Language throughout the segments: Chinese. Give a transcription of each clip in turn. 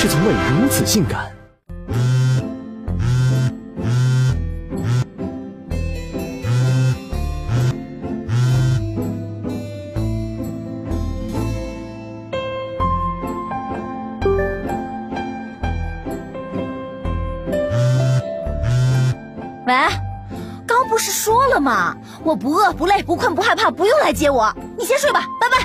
是从未如此性感。 喂，刚不是说了吗？我不饿不累不困不害怕，不用来接我，你先睡吧，拜拜。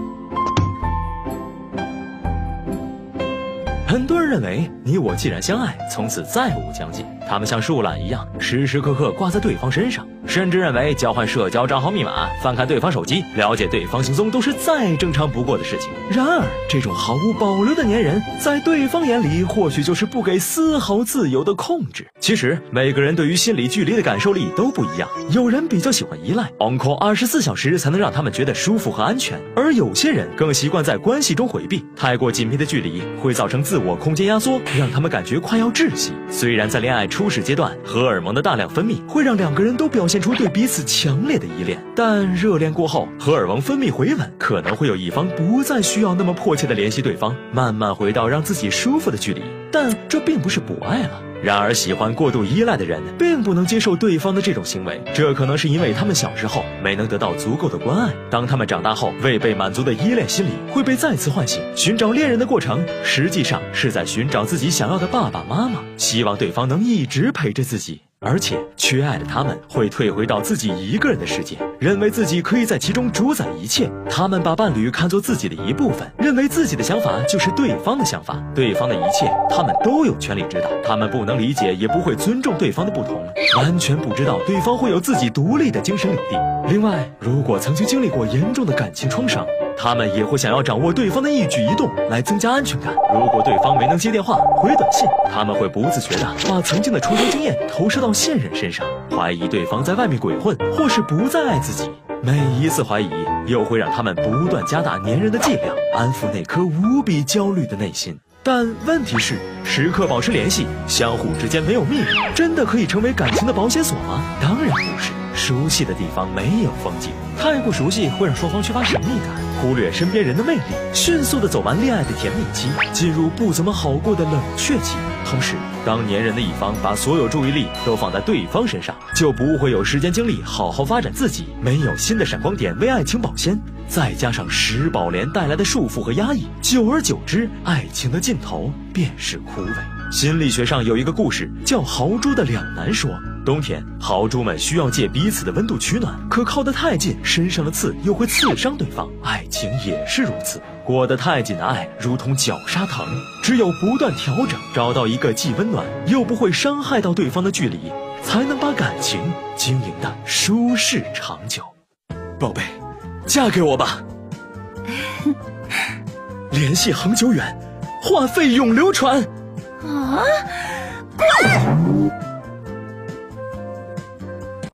很多人认为你我既然相爱，从此再无交集。他们像树懒一样，时时刻刻挂在对方身上，甚至认为交换社交账号密码、翻看对方手机、了解对方行踪都是再正常不过的事情。然而，这种毫无保留的粘人，在对方眼里或许就是不给丝毫自由的控制。其实，每个人对于心理距离的感受力都不一样，有人比较喜欢依赖 ，on call 24小时才能让他们觉得舒服和安全，而有些人更习惯在关系中回避。太过紧密的距离会造成自我空间压缩，让他们感觉快要窒息。虽然在恋爱初始阶段，荷尔蒙的大量分泌会让两个人都表现出对彼此强烈的依恋，但热恋过后，荷尔蒙分泌回稳，可能会有一方不再需要那么迫切的联系对方，慢慢回到让自己舒服的距离。但这并不是不爱了。然而，喜欢过度依赖的人并不能接受对方的这种行为，这可能是因为他们小时候没能得到足够的关爱。当他们长大后，未被满足的依恋心理会被再次唤醒。寻找恋人的过程，实际上是在寻找自己想要的爸爸妈妈，希望对方能一直陪着自己。而且缺爱的他们会退回到自己一个人的世界，认为自己可以在其中主宰一切。他们把伴侣看作自己的一部分，认为自己的想法就是对方的想法，对方的一切他们都有权利知道。他们不能理解也不会尊重对方的不同，完全不知道对方会有自己独立的精神领地。另外，如果曾经经历过严重的感情创伤，他们也会想要掌握对方的一举一动来增加安全感。如果对方没能接电话、回短信，他们会不自觉地把曾经的创伤经验投射到现任身上，怀疑对方在外面鬼混，或是不再爱自己。每一次怀疑，又会让他们不断加大粘人的剂量，安抚那颗无比焦虑的内心。但问题是，时刻保持联系，相互之间没有秘密，真的可以成为感情的保险锁吗？当然不是。熟悉的地方没有风景，太过熟悉会让双方缺乏神秘感，忽略身边人的魅力，迅速地走完恋爱的甜蜜期，进入不怎么好过的冷却期。同时，当粘人的一方把所有注意力都放在对方身上，就不会有时间精力好好发展自己，没有新的闪光点为爱情保鲜。再加上食宝莲带来的束缚和压抑，久而久之，爱情的尽头便是枯萎。心理学上有一个故事叫豪猪的两难说。冬天，豪猪们需要借彼此的温度取暖，可靠得太近，身上的刺又会刺伤对方。爱情也是如此，过得太紧的爱如同绞杀疼，只有不断调整，找到一个既温暖又不会伤害到对方的距离，才能把感情经营的舒适长久。宝贝，嫁给我吧！联系恒久远，话费永流传。 啊！滚！